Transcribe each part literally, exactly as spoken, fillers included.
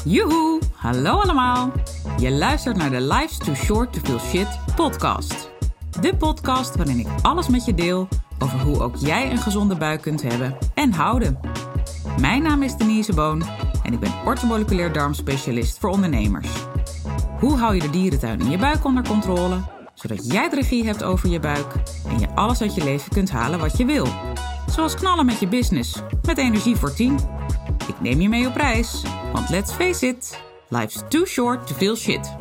Joehoe, hallo allemaal. Je luistert naar de Life's Too Short to Feel Shit podcast. De podcast waarin ik alles met je deel over hoe ook jij een gezonde buik kunt hebben en houden. Mijn naam is Denise Boon en ik ben orthomoleculair darmspecialist voor ondernemers. Hoe hou je de dierentuin in je buik onder controle, zodat jij de regie hebt over je buik en je alles uit je leven kunt halen wat je wil. Zoals knallen met je business, met energie voor tien. Ik neem je mee op reis, want let's face it, life's too short to feel shit.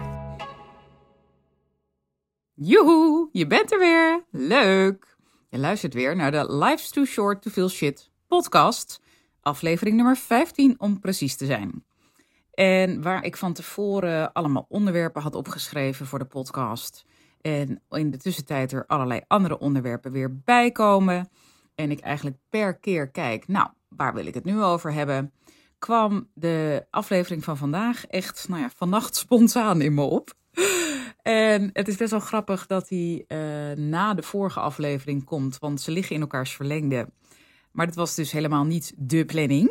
Joehoe, je bent er weer. Leuk. Je luistert weer naar de Life's Too Short to Feel Shit podcast, aflevering nummer vijftien om precies te zijn. En waar ik van tevoren allemaal onderwerpen had opgeschreven voor de podcast en in de tussentijd er allerlei andere onderwerpen weer bij komen en ik eigenlijk per keer kijk, nou, waar wil ik het nu over hebben, kwam de aflevering van vandaag echt, nou ja, vannacht spontaan in me op. En het is best wel grappig dat hij uh, na de vorige aflevering komt, want ze liggen in elkaars verlengde. Maar dit was dus helemaal niet de planning.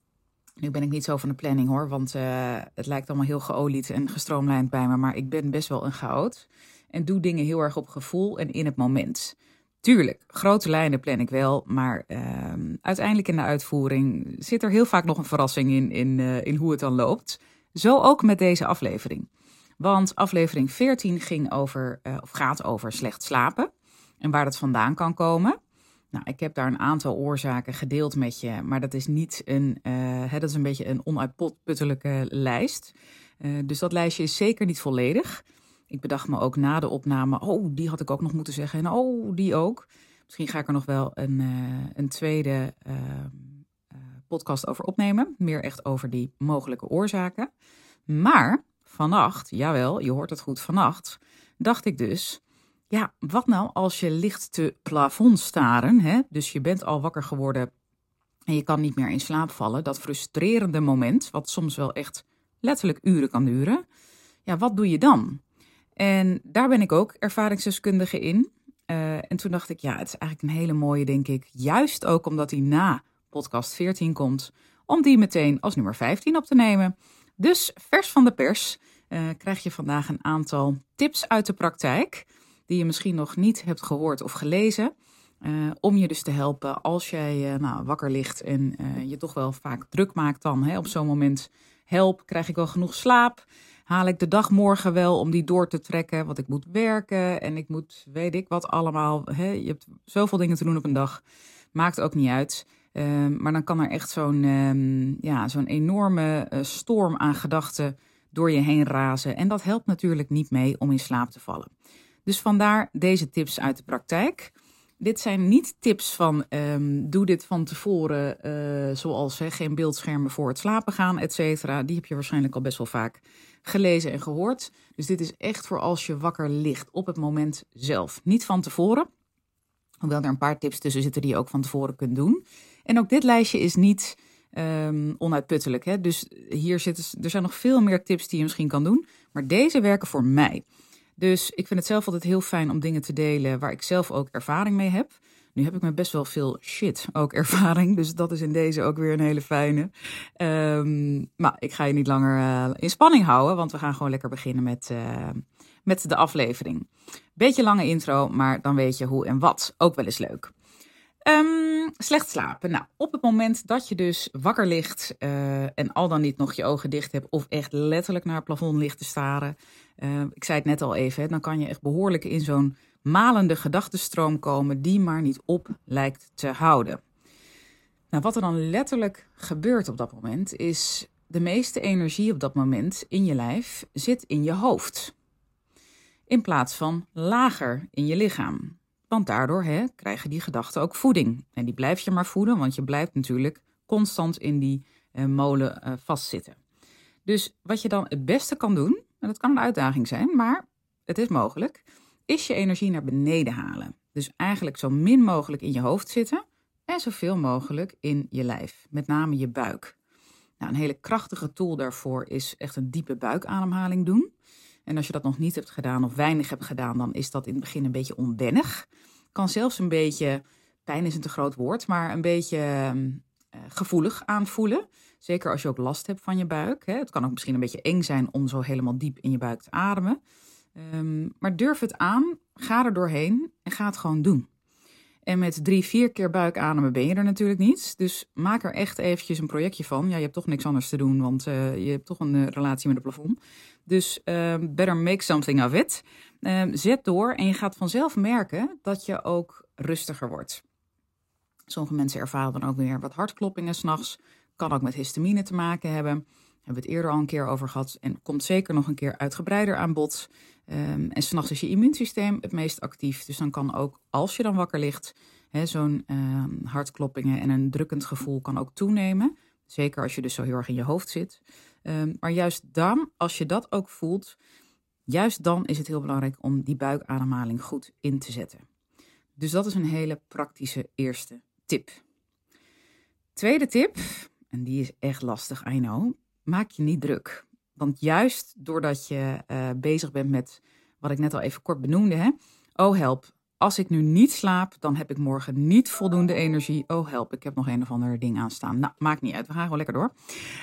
Nu ben ik niet zo van de planning hoor, want uh, het lijkt allemaal heel geolied en gestroomlijnd bij me. Maar ik ben best wel een chaot en doe dingen heel erg op gevoel en in het moment. Tuurlijk, grote lijnen plan ik wel, maar uh, uiteindelijk in de uitvoering zit er heel vaak nog een verrassing in, in, uh, in hoe het dan loopt. Zo ook met deze aflevering. Want aflevering veertien ging over, uh, of gaat over slecht slapen en waar dat vandaan kan komen. Nou, ik heb daar een aantal oorzaken gedeeld met je, maar dat is niet een, uh, hè, dat is een beetje een onuitputtelijke lijst. Uh, dus dat lijstje is zeker niet volledig. Ik bedacht me ook na de opname, oh, die had ik ook nog moeten zeggen en oh, die ook. Misschien ga ik er nog wel een, uh, een tweede uh, uh, podcast over opnemen. Meer echt over die mogelijke oorzaken. Maar vannacht, jawel, je hoort het goed, vannacht, dacht ik dus, ja, wat nou als je ligt te plafond staren, hè? Dus je bent al wakker geworden en je kan niet meer in slaap vallen. Dat frustrerende moment, wat soms wel echt letterlijk uren kan duren. Ja, wat doe je dan? En daar ben ik ook ervaringsdeskundige in. Uh, en toen dacht ik, ja, het is eigenlijk een hele mooie, denk ik, juist ook omdat die na podcast veertien komt, om die meteen als nummer vijftien op te nemen. Dus vers van de pers uh, krijg je vandaag een aantal tips uit de praktijk, die je misschien nog niet hebt gehoord of gelezen, uh, om je dus te helpen als jij uh, nou, wakker ligt en uh, je toch wel vaak druk maakt dan. Hè, op zo'n moment, help, krijg ik wel genoeg slaap? Haal ik de dag morgen wel om die door te trekken? Want ik moet werken en ik moet, weet ik wat allemaal. Hè, je hebt zoveel dingen te doen op een dag, maakt ook niet uit. Uh, maar dan kan er echt zo'n, uh, ja, zo'n enorme uh, storm aan gedachten door je heen razen. En dat helpt natuurlijk niet mee om in slaap te vallen. Dus vandaar deze tips uit de praktijk. Dit zijn niet tips van um, doe dit van tevoren, uh, zoals hè, geen beeldschermen voor het slapen gaan, et cetera. Die heb je waarschijnlijk al best wel vaak gelezen en gehoord. Dus dit is echt voor als je wakker ligt op het moment zelf. Niet van tevoren, hoewel er een paar tips tussen zitten die je ook van tevoren kunt doen. En ook dit lijstje is niet um, onuitputtelijk. Hè? Dus hier zitten, er zijn nog veel meer tips die je misschien kan doen. Maar deze werken voor mij. Dus ik vind het zelf altijd heel fijn om dingen te delen waar ik zelf ook ervaring mee heb. Nu heb ik met best wel veel shit ook ervaring. Dus dat is in deze ook weer een hele fijne. Um, maar ik ga je niet langer uh, in spanning houden. Want we gaan gewoon lekker beginnen met, uh, met de aflevering. Beetje lange intro, maar dan weet je hoe en wat. Ook wel eens leuk. Um, slecht slapen. Nou, op het moment dat je dus wakker ligt uh, en al dan niet nog je ogen dicht hebt of echt letterlijk naar het plafond ligt te staren. Uh, ik zei het net al even, hè, dan kan je echt behoorlijk in zo'n malende gedachtenstroom komen die maar niet op lijkt te houden. Nou, wat er dan letterlijk gebeurt op dat moment is de meeste energie op dat moment in je lijf zit in je hoofd. In plaats van lager in je lichaam. Want daardoor hè, krijgen die gedachten ook voeding. En die blijf je maar voeden, want je blijft natuurlijk constant in die uh, molen uh, vastzitten. Dus wat je dan het beste kan doen, en dat kan een uitdaging zijn, maar het is mogelijk, is je energie naar beneden halen. Dus eigenlijk zo min mogelijk in je hoofd zitten en zoveel mogelijk in je lijf, met name je buik. Nou, een hele krachtige tool daarvoor is echt een diepe buikademhaling doen. En als je dat nog niet hebt gedaan of weinig hebt gedaan, dan is dat in het begin een beetje onwennig. Kan zelfs een beetje, pijn is een te groot woord, maar een beetje uh, gevoelig aanvoelen. Zeker als je ook last hebt van je buik. Hè. Het kan ook misschien een beetje eng zijn om zo helemaal diep in je buik te ademen. Um, maar durf het aan, ga er doorheen en ga het gewoon doen. En met drie, vier keer buikademen ben je er natuurlijk niet. Dus maak er echt eventjes een projectje van. Ja, je hebt toch niks anders te doen, want uh, je hebt toch een uh, relatie met het plafond. Dus uh, better make something of it. Uh, zet door en je gaat vanzelf merken dat je ook rustiger wordt. Sommige mensen ervaren dan ook weer wat hartkloppingen 's nachts. Kan ook met histamine te maken hebben. Daar hebben we het eerder al een keer over gehad. En komt zeker nog een keer uitgebreider aan bod. Um, en 's nachts is je immuunsysteem het meest actief. Dus dan kan ook, als je dan wakker ligt, hè, zo'n um, hartkloppingen en een drukkend gevoel kan ook toenemen. Zeker als je dus zo heel erg in je hoofd zit. Um, maar juist dan, als je dat ook voelt, juist dan is het heel belangrijk om die buikademhaling goed in te zetten. Dus dat is een hele praktische eerste tip. Tweede tip, en die is echt lastig, I know. Maak je niet druk. Want juist doordat je uh, bezig bent met wat ik net al even kort benoemde. Hè? Oh help, als ik nu niet slaap, dan heb ik morgen niet voldoende energie. Oh help, ik heb nog een of ander ding aanstaan. Nou, maakt niet uit, we gaan gewoon lekker door.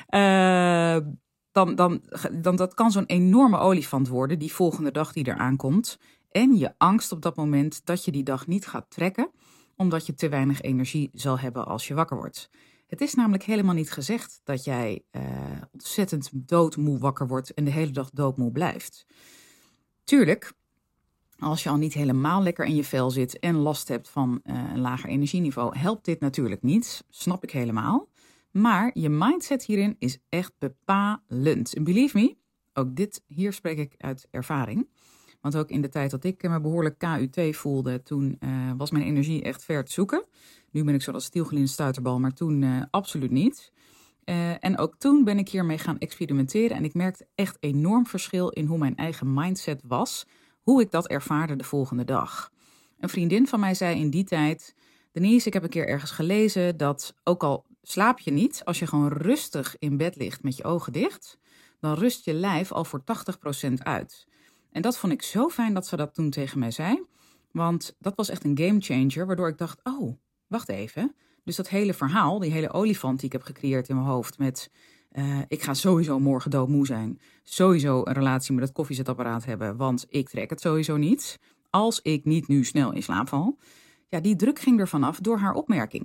Uh, dan, dan, dan dat kan zo'n enorme olifant worden, die volgende dag die eraan komt. En je angst op dat moment dat je die dag niet gaat trekken, omdat je te weinig energie zal hebben als je wakker wordt. Het is namelijk helemaal niet gezegd dat jij uh, ontzettend doodmoe wakker wordt en de hele dag doodmoe blijft. Tuurlijk, als je al niet helemaal lekker in je vel zit en last hebt van uh, een lager energieniveau, helpt dit natuurlijk niet. Snap ik helemaal. Maar je mindset hierin is echt bepalend. En believe me, ook dit, hier spreek ik uit ervaring. Want ook in de tijd dat ik me behoorlijk K U T voelde, toen uh, was mijn energie echt ver te zoeken. Nu ben ik zo dat stielgeliende stuiterbal, maar toen uh, absoluut niet. Uh, en ook toen ben ik hiermee gaan experimenteren en ik merkte echt enorm verschil in hoe mijn eigen mindset was, hoe ik dat ervaarde de volgende dag. Een vriendin van mij zei in die tijd, Denise, ik heb een keer ergens gelezen dat ook al slaap je niet, als je gewoon rustig in bed ligt met je ogen dicht, dan rust je lijf al voor tachtig procent uit. En dat vond ik zo fijn dat ze dat toen tegen mij zei. Want dat was echt een gamechanger, waardoor ik dacht, oh, wacht even. Dus dat hele verhaal, die hele olifant die ik heb gecreëerd in mijn hoofd met, uh, ik ga sowieso morgen doodmoe zijn. Sowieso een relatie met het koffiezetapparaat hebben, want ik trek het sowieso niet. Als ik niet nu snel in slaap val. Ja, die druk ging er vanaf door haar opmerking.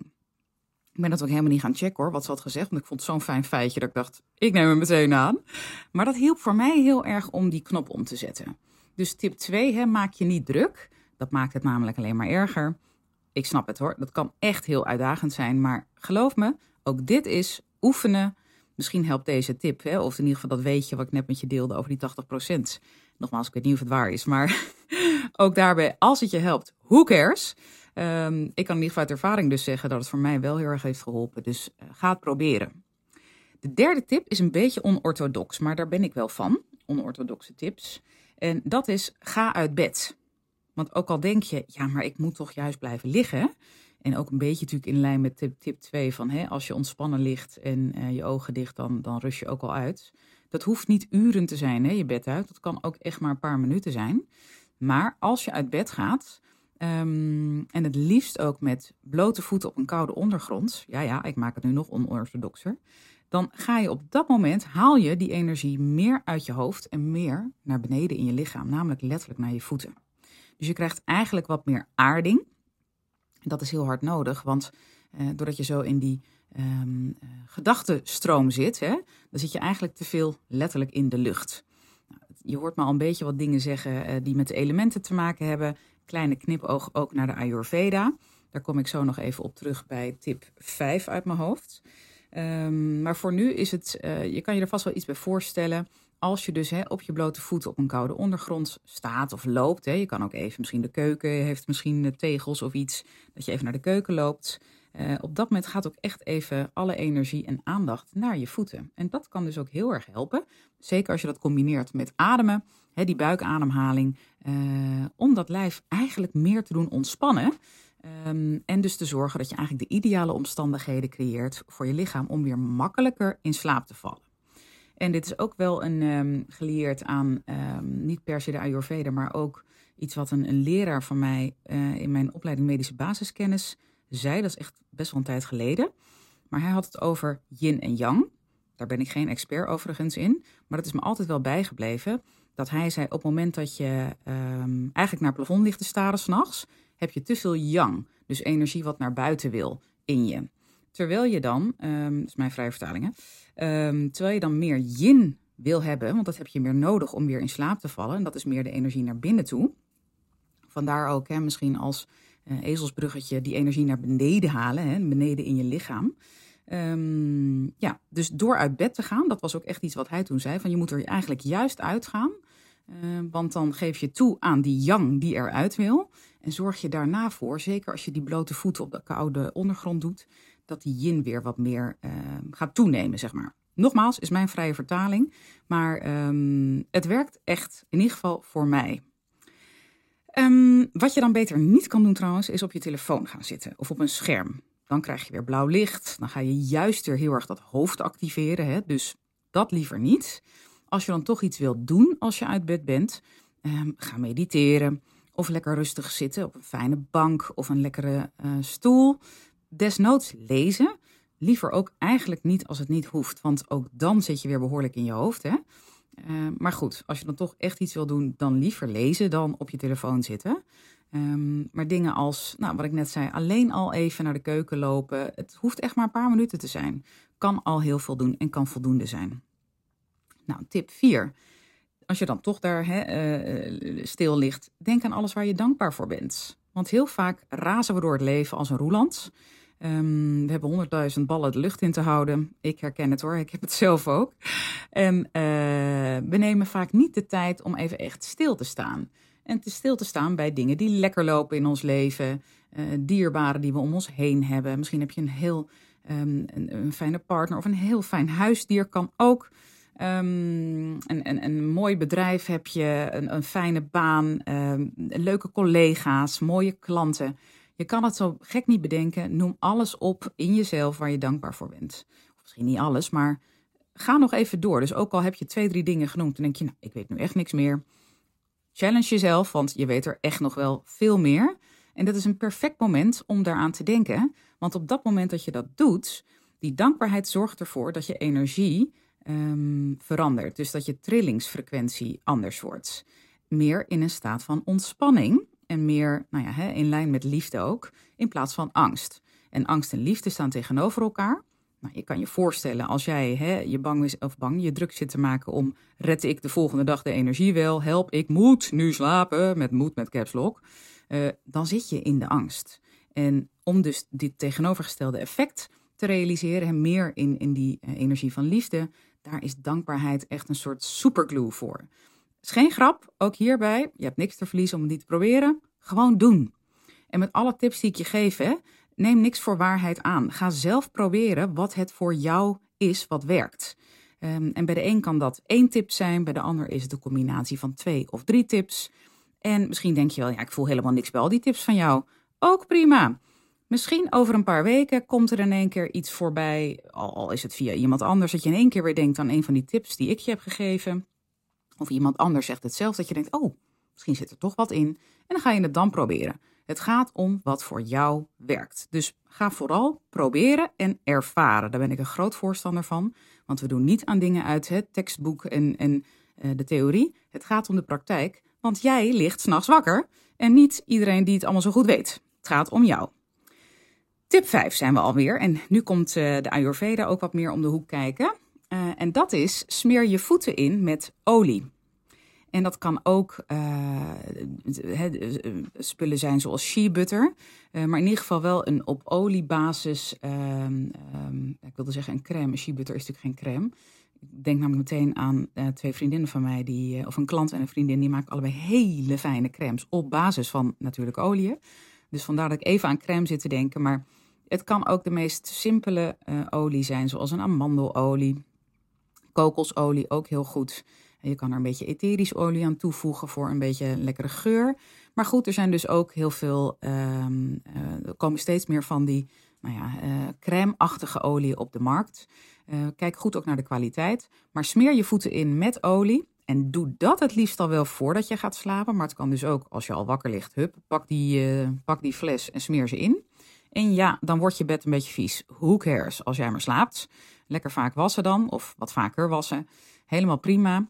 Ik ben dat ook helemaal niet gaan checken hoor, wat ze had gezegd. Want ik vond het zo'n fijn feitje dat ik dacht, ik neem hem meteen aan. Maar dat hielp voor mij heel erg om die knop om te zetten. Dus tip twee, hè, maak je niet druk. Dat maakt het namelijk alleen maar erger. Ik snap het hoor, dat kan echt heel uitdagend zijn. Maar geloof me, ook dit is oefenen. Misschien helpt deze tip, hè, of in ieder geval dat weet je wat ik net met je deelde over die tachtig procent. Nogmaals, ik weet niet of het waar is, maar ook daarbij, als het je helpt, who cares? Um, ik kan in ieder geval uit ervaring dus zeggen dat het voor mij wel heel erg heeft geholpen. Dus uh, ga het proberen. De derde tip is een beetje onorthodox, maar daar ben ik wel van. Onorthodoxe tips. En dat is, ga uit bed. Want ook al denk je, ja, maar ik moet toch juist blijven liggen. En ook een beetje natuurlijk in lijn met tip, tip twee van, hè, als je ontspannen ligt en uh, je ogen dicht, dan, dan rust je ook al uit. Dat hoeft niet uren te zijn, hè, je bed uit. Dat kan ook echt maar een paar minuten zijn. Maar als je uit bed gaat, um, en het liefst ook met blote voeten op een koude ondergrond. Ja, ja, ik maak het nu nog onorthodoxer. Dan ga je op dat moment, haal je die energie meer uit je hoofd en meer naar beneden in je lichaam. Namelijk letterlijk naar je voeten. Dus je krijgt eigenlijk wat meer aarding. Dat is heel hard nodig, want uh, doordat je zo in die um, uh, gedachtenstroom zit, hè, dan zit je eigenlijk te veel letterlijk in de lucht. Nou, je hoort me al een beetje wat dingen zeggen uh, die met de elementen te maken hebben. Kleine knipoog ook naar de Ayurveda. Daar kom ik zo nog even op terug bij tip vijf uit mijn hoofd. Um, maar voor nu is het, uh, je kan je er vast wel iets bij voorstellen. Als je dus hè, op je blote voeten op een koude ondergrond staat of loopt. Hè, je kan ook even misschien de keuken, heeft misschien tegels of iets. Dat je even naar de keuken loopt. Uh, op dat moment gaat ook echt even alle energie en aandacht naar je voeten. En dat kan dus ook heel erg helpen. Zeker als je dat combineert met ademen. Hè, die buikademhaling. Uh, om dat lijf eigenlijk meer te doen ontspannen. Um, en dus te zorgen dat je eigenlijk de ideale omstandigheden creëert voor je lichaam om weer makkelijker in slaap te vallen. En dit is ook wel een um, geleerd aan, um, niet per se de Ayurveda, maar ook iets wat een, een leraar van mij uh, in mijn opleiding medische basiskennis zei. Dat is echt best wel een tijd geleden. Maar hij had het over yin en yang. Daar ben ik geen expert overigens in. Maar het is me altijd wel bijgebleven dat hij zei, op het moment dat je um, eigenlijk naar het plafond ligt te staren 's nachts, heb je te veel yang. Dus energie wat naar buiten wil in je. Terwijl je dan, um, dat is mijn vrije vertaling hè, um, terwijl je dan meer yin wil hebben, want dat heb je meer nodig om weer in slaap te vallen. En dat is meer de energie naar binnen toe. Vandaar ook hè, misschien als uh, ezelsbruggetje die energie naar beneden halen, hè, beneden in je lichaam. Um, ja, dus door uit bed te gaan, dat was ook echt iets wat hij toen zei, van je moet er eigenlijk juist uitgaan. Uh, want dan geef je toe aan die yang die eruit wil. En zorg je daarna voor, zeker als je die blote voeten op de koude ondergrond doet, dat die yin weer wat meer uh, gaat toenemen, zeg maar. Nogmaals, is mijn vrije vertaling. Maar um, het werkt echt, in ieder geval voor mij. Um, wat je dan beter niet kan doen trouwens, is op je telefoon gaan zitten of op een scherm. Dan krijg je weer blauw licht. Dan ga je juist weer heel erg dat hoofd activeren. Hè? Dus dat liever niet. Als je dan toch iets wilt doen als je uit bed bent, um, ga mediteren. Of lekker rustig zitten op een fijne bank of een lekkere uh, stoel. Desnoods lezen. Liever ook eigenlijk niet als het niet hoeft. Want ook dan zit je weer behoorlijk in je hoofd. Hè? Uh, maar goed, als je dan toch echt iets wil doen, dan liever lezen dan op je telefoon zitten. Um, maar dingen als, nou, wat ik net zei, alleen al even naar de keuken lopen. Het hoeft echt maar een paar minuten te zijn. Kan al heel veel doen en kan voldoende zijn. Nou, tip vier. Als je dan toch daar hè, uh, stil ligt, denk aan alles waar je dankbaar voor bent. Want heel vaak razen we door het leven als een roeland. Um, we hebben honderdduizend ballen de lucht in te houden. Ik herken het hoor, ik heb het zelf ook. En uh, we nemen vaak niet de tijd om even echt stil te staan. En te stil te staan bij dingen die lekker lopen in ons leven. Uh, dierbaren die we om ons heen hebben. Misschien heb je een heel um, een, een fijne partner of een heel fijn huisdier kan ook. Um, een, een, een mooi bedrijf heb je, een, een fijne baan, um, leuke collega's, mooie klanten. Je kan het zo gek niet bedenken. Noem alles op in jezelf waar je dankbaar voor bent. Of misschien niet alles, maar ga nog even door. Dus ook al heb je twee, drie dingen genoemd, dan denk je, nou, ik weet nu echt niks meer. Challenge jezelf, want je weet er echt nog wel veel meer. En dat is een perfect moment om daaraan te denken. Want op dat moment dat je dat doet, die dankbaarheid zorgt ervoor dat je energie um, verandert. Dus dat je trillingsfrequentie anders wordt. Meer in een staat van ontspanning. En meer nou ja, hè, in lijn met liefde ook, in plaats van angst. En angst en liefde staan tegenover elkaar. Nou, je kan je voorstellen als jij hè, je bang is of bang je druk zit te maken om red ik de volgende dag de energie wel, help ik moet nu slapen met moed met caps lock, uh, dan zit je in de angst. En om dus dit tegenovergestelde effect te realiseren en meer in, in die uh, energie van liefde, daar is dankbaarheid echt een soort superglue voor. Het is geen grap, ook hierbij, je hebt niks te verliezen om het niet te proberen, gewoon doen. En met alle tips die ik je geef, hè, neem niks voor waarheid aan. Ga zelf proberen wat het voor jou is wat werkt. Um, en bij de een kan dat één tip zijn, bij de ander is het een combinatie van twee of drie tips. En misschien denk je wel, ja, ik voel helemaal niks bij al die tips van jou. Ook prima. Misschien over een paar weken komt er in één keer iets voorbij, al is het via iemand anders, dat je in één keer weer denkt aan een van die tips die ik je heb gegeven. Of iemand anders zegt hetzelfde, dat je denkt, oh, misschien zit er toch wat in. En dan ga je het dan proberen. Het gaat om wat voor jou werkt. Dus ga vooral proberen en ervaren. Daar ben ik een groot voorstander van. Want we doen niet aan dingen uit het tekstboek en, en uh, de theorie. Het gaat om de praktijk. Want jij ligt 's nachts wakker. En niet iedereen die het allemaal zo goed weet. Het gaat om jou. Tip vijf zijn we alweer. En nu komt uh, de Ayurveda ook wat meer om de hoek kijken. Uh, en dat is, smeer je voeten in met olie. En dat kan ook uh, he, spullen zijn zoals shea butter. Uh, maar in ieder geval wel een op oliebasis, um, um, ik wilde zeggen een crème. Shea butter is natuurlijk geen crème. Ik denk namelijk meteen aan uh, twee vriendinnen van mij, die, uh, of een klant en een vriendin, die maken allebei hele fijne crèmes op basis van natuurlijk olie. Dus vandaar dat ik even aan crème zit te denken. Maar het kan ook de meest simpele uh, olie zijn, zoals een amandelolie. Kokosolie ook heel goed. Je kan er een beetje etherische olie aan toevoegen voor een beetje lekkere geur. Maar goed, er zijn dus ook heel veel, um, uh, er komen steeds meer van die nou ja, uh, crème-achtige olie op de markt. Uh, kijk goed ook naar de kwaliteit. Maar smeer je voeten in met olie. En doe dat het liefst al wel voordat je gaat slapen. Maar het kan dus ook als je al wakker ligt. Hup, pak die, uh, pak die fles en smeer ze in. En ja, dan wordt je bed een beetje vies. Who cares als jij maar slaapt? Lekker vaak wassen dan, of wat vaker wassen. Helemaal prima.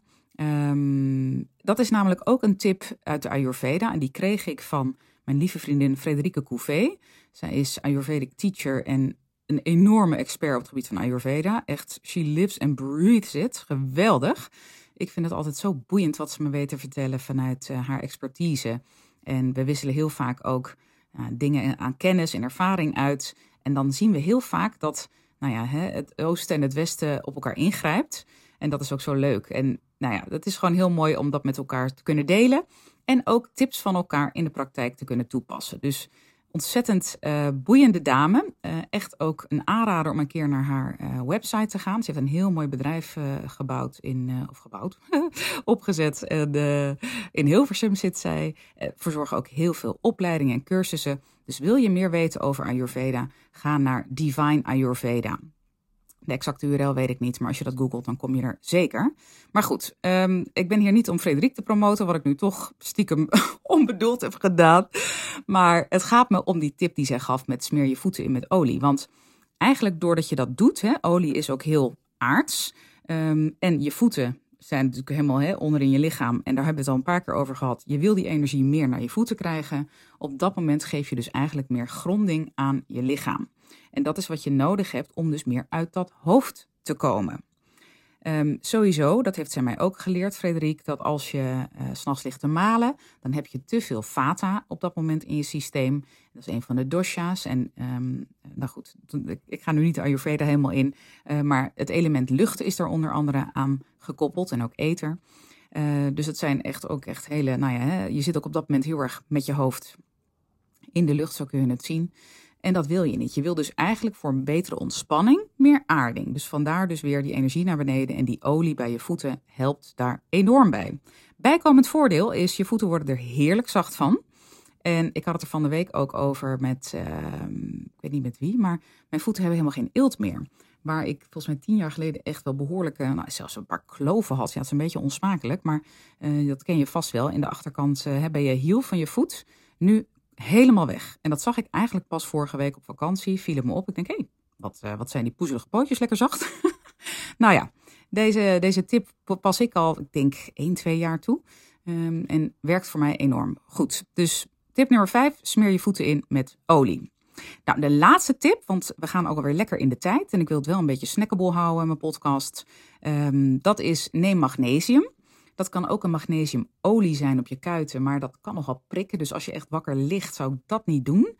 Um, dat is namelijk ook een tip uit de Ayurveda. En die kreeg ik van mijn lieve vriendin Frederike Couvé. Zij is Ayurvedic teacher en een enorme expert op het gebied van Ayurveda. Echt, she lives and breathes it. Geweldig. Ik vind het altijd zo boeiend wat ze me weet te vertellen vanuit uh, haar expertise. En we wisselen heel vaak ook uh, dingen aan kennis en ervaring uit. En dan zien we heel vaak dat nou ja, hè, het oosten en het westen op elkaar ingrijpt. En dat is ook zo leuk. En nou ja, dat is gewoon heel mooi om dat met elkaar te kunnen delen. En ook tips van elkaar in de praktijk te kunnen toepassen. Dus ontzettend uh, boeiende dame. Uh, echt ook een aanrader om een keer naar haar uh, website te gaan. Ze heeft een heel mooi bedrijf uh, gebouwd, in, uh, of gebouwd, opgezet. En, uh, in Hilversum zit zij. Uh, verzorgen ook heel veel opleidingen en cursussen. Dus wil je meer weten over Ayurveda, ga naar Divine Ayurveda. De exacte U R L weet ik niet, maar als je dat googelt, dan kom je er zeker. Maar goed, um, ik ben hier niet om Frederik te promoten, wat ik nu toch stiekem onbedoeld heb gedaan. Maar het gaat me om die tip die zij gaf met smeer je voeten in met olie. Want eigenlijk doordat je dat doet, hè, olie is ook heel aards. Um, en je voeten zijn natuurlijk helemaal hè, onder in je lichaam. En daar hebben we het al een paar keer over gehad. Je wil die energie meer naar je voeten krijgen. Op dat moment geef je dus eigenlijk meer gronding aan je lichaam. En dat is wat je nodig hebt om dus meer uit dat hoofd te komen. Um, sowieso, dat heeft zij mij ook geleerd, Frederik, dat als je uh, 's nachts ligt te malen, dan heb je te veel vata op dat moment in je systeem. Dat is een van de dosha's. En um, nou goed, ik ga nu niet de Ayurveda helemaal in, uh, maar het element lucht is daar onder andere aan gekoppeld en ook ether. Uh, dus het zijn echt ook echt hele, nou ja, hè, je zit ook op dat moment heel erg met je hoofd in de lucht, zo kun je het zien. En dat wil je niet. Je wil dus eigenlijk voor een betere ontspanning meer aarding. Dus vandaar dus weer die energie naar beneden. En die olie bij je voeten helpt daar enorm bij. Bijkomend voordeel is, je voeten worden er heerlijk zacht van. En ik had het er van de week ook over met, uh, ik weet niet met wie, maar mijn voeten hebben helemaal geen eelt meer. Waar ik volgens mij tien jaar geleden echt wel behoorlijke, nou, zelfs een paar kloven had. Ja, het is een beetje onsmakelijk, maar uh, dat ken je vast wel. In de achterkant uh, bij je hiel van je voet. Nu helemaal weg. En dat zag ik eigenlijk pas vorige week op vakantie. Viel het me op. Ik denk, hé, hey, wat, uh, wat zijn die poezelige pootjes lekker zacht. Nou ja, deze, deze tip pas ik al, ik denk, één, twee jaar toe. Um, en werkt voor mij enorm goed. Dus tip nummer vijf, smeer je voeten in met olie. Nou, de laatste tip, want we gaan ook alweer lekker in de tijd. En ik wil het wel een beetje snackable houden, mijn podcast. Um, dat is, neem magnesium. Dat kan ook een magnesiumolie zijn op je kuiten, maar dat kan nogal prikken. Dus als je echt wakker ligt, zou ik dat niet doen.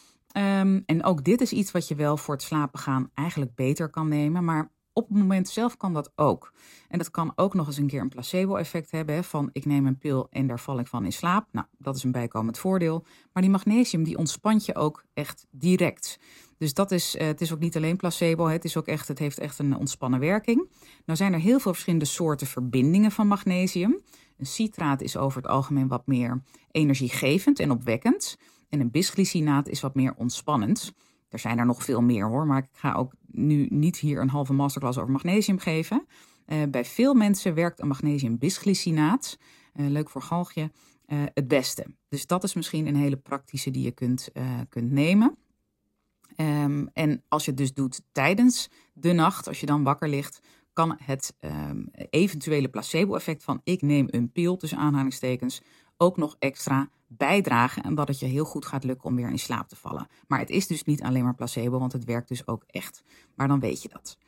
Um, en ook dit is iets wat je wel voor het slapen gaan eigenlijk beter kan nemen. Maar op het moment zelf kan dat ook. En dat kan ook nog eens een keer een placebo-effect hebben. Hè, van ik neem een pil en daar val ik van in slaap. Nou, dat is een bijkomend voordeel. Maar die magnesium, die ontspant je ook echt direct. Dus dat is, uh, het is ook niet alleen placebo. Hè, het is ook echt, het heeft echt een ontspannen werking. Nou zijn er heel veel verschillende soorten verbindingen van magnesium. Een citraat is over het algemeen wat meer energiegevend en opwekkend. En een bisglycinaat is wat meer ontspannend. Er zijn er nog veel meer hoor, maar ik ga ook nu niet hier een halve masterclass over magnesium geven. Uh, bij veel mensen werkt een magnesium-bisglycinaat, uh, leuk voor galgje, uh, het beste. Dus dat is misschien een hele praktische die je kunt, uh, kunt nemen. Um, en als je het dus doet tijdens de nacht, als je dan wakker ligt, kan het um, eventuele placebo-effect van ik neem een pil, tussen aanhalingstekens, ook nog extra bijdragen en dat het je heel goed gaat lukken om weer in slaap te vallen. Maar het is dus niet alleen maar placebo, want het werkt dus ook echt. Maar dan weet je dat.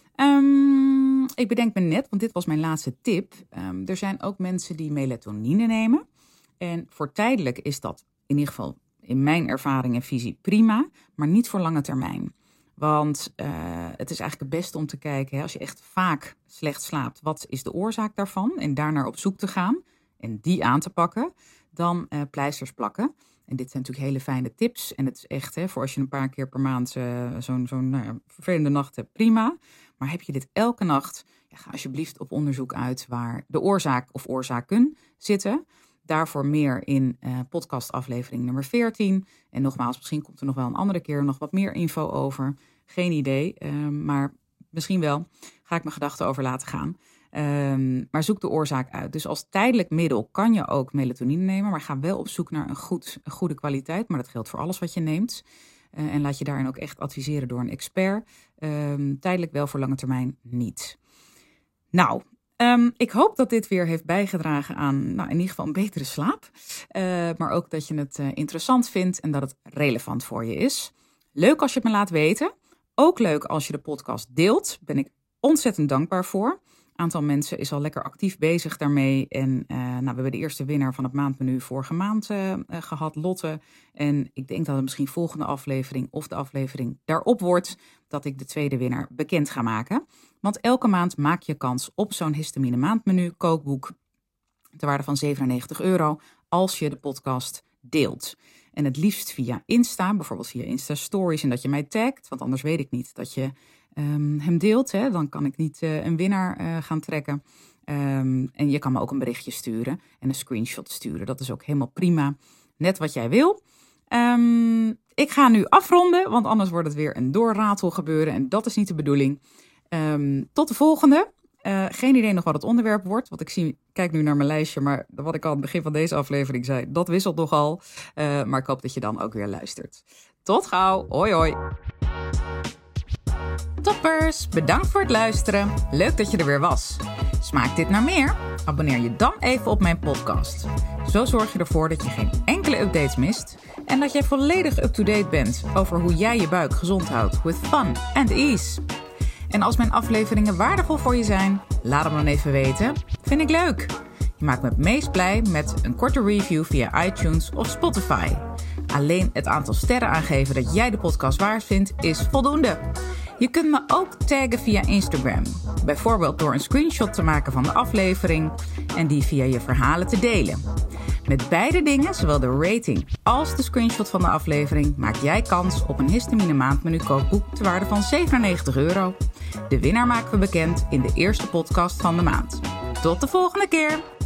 Um, ik bedenk me net, want dit was mijn laatste tip. Um, er zijn ook mensen die melatonine nemen. En voor tijdelijk is dat in ieder geval in mijn ervaring en visie prima, maar niet voor lange termijn. Want uh, het is eigenlijk het beste om te kijken, hè, als je echt vaak slecht slaapt, wat is de oorzaak daarvan? En daarnaar op zoek te gaan en die aan te pakken, dan uh, pleisters plakken. En dit zijn natuurlijk hele fijne tips. En het is echt, hè, voor als je een paar keer per maand uh, zo'n, zo'n nou ja, vervelende nacht hebt, prima. Maar heb je dit elke nacht, ja, ga alsjeblieft op onderzoek uit waar de oorzaak of oorzaken zitten. Daarvoor meer in uh, podcastaflevering nummer veertien. En nogmaals, misschien komt er nog wel een andere keer nog wat meer info over. Geen idee, uh, maar misschien wel. Ga ik mijn gedachten over laten gaan. Um, maar zoek de oorzaak uit. Dus als tijdelijk middel kan je ook melatonine nemen. Maar ga wel op zoek naar een, goed, een goede kwaliteit. Maar dat geldt voor alles wat je neemt. Uh, en laat je daarin ook echt adviseren door een expert. Um, tijdelijk wel, voor lange termijn niet. Nou, um, ik hoop dat dit weer heeft bijgedragen aan nou, in ieder geval een betere slaap. Uh, maar ook dat je het uh, interessant vindt en dat het relevant voor je is. Leuk als je het me laat weten. Ook leuk als je de podcast deelt. Ben ik ontzettend dankbaar voor. Een aantal mensen is al lekker actief bezig daarmee. En uh, nou, we hebben de eerste winnaar van het maandmenu vorige maand uh, gehad, Lotte. En ik denk dat het misschien volgende aflevering of de aflevering daarop wordt dat ik de tweede winnaar bekend ga maken. Want elke maand maak je kans op zo'n histamine maandmenu kookboek ter waarde van zevenennegentig euro als je de podcast deelt. En het liefst via Insta, bijvoorbeeld via Insta Stories en dat je mij tagt. Want anders weet ik niet dat je um, hem deelt. Hè? Dan kan ik niet uh, een winnaar uh, gaan trekken. Um, en je kan me ook een berichtje sturen en een screenshot sturen. Dat is ook helemaal prima. Net wat jij wil. Um, ik ga nu afronden, want anders wordt het weer een doorratel gebeuren. En dat is niet de bedoeling. Um, tot de volgende. Uh, geen idee nog wat het onderwerp wordt. Want ik zie, kijk nu naar mijn lijstje. Maar wat ik al aan het begin van deze aflevering zei, dat wisselt nogal. Uh, maar ik hoop dat je dan ook weer luistert. Tot gauw. Hoi hoi. Toppers, bedankt voor het luisteren. Leuk dat je er weer was. Smaakt dit naar meer? Abonneer je dan even op mijn podcast. Zo zorg je ervoor dat je geen enkele updates mist. En dat jij volledig up-to-date bent over hoe jij je buik gezond houdt. With fun and ease. En als mijn afleveringen waardevol voor je zijn, laat hem dan even weten. Vind ik leuk. Je maakt me het meest blij met een korte review via iTunes of Spotify. Alleen het aantal sterren aangeven dat jij de podcast waard vindt is voldoende. Je kunt me ook taggen via Instagram. Bijvoorbeeld door een screenshot te maken van de aflevering en die via je verhalen te delen. Met beide dingen, zowel de rating als de screenshot van de aflevering, maak jij kans op een histamine maandmenu kookboek ter waarde van zevenennegentig euro. De winnaar maken we bekend in de eerste podcast van de maand. Tot de volgende keer!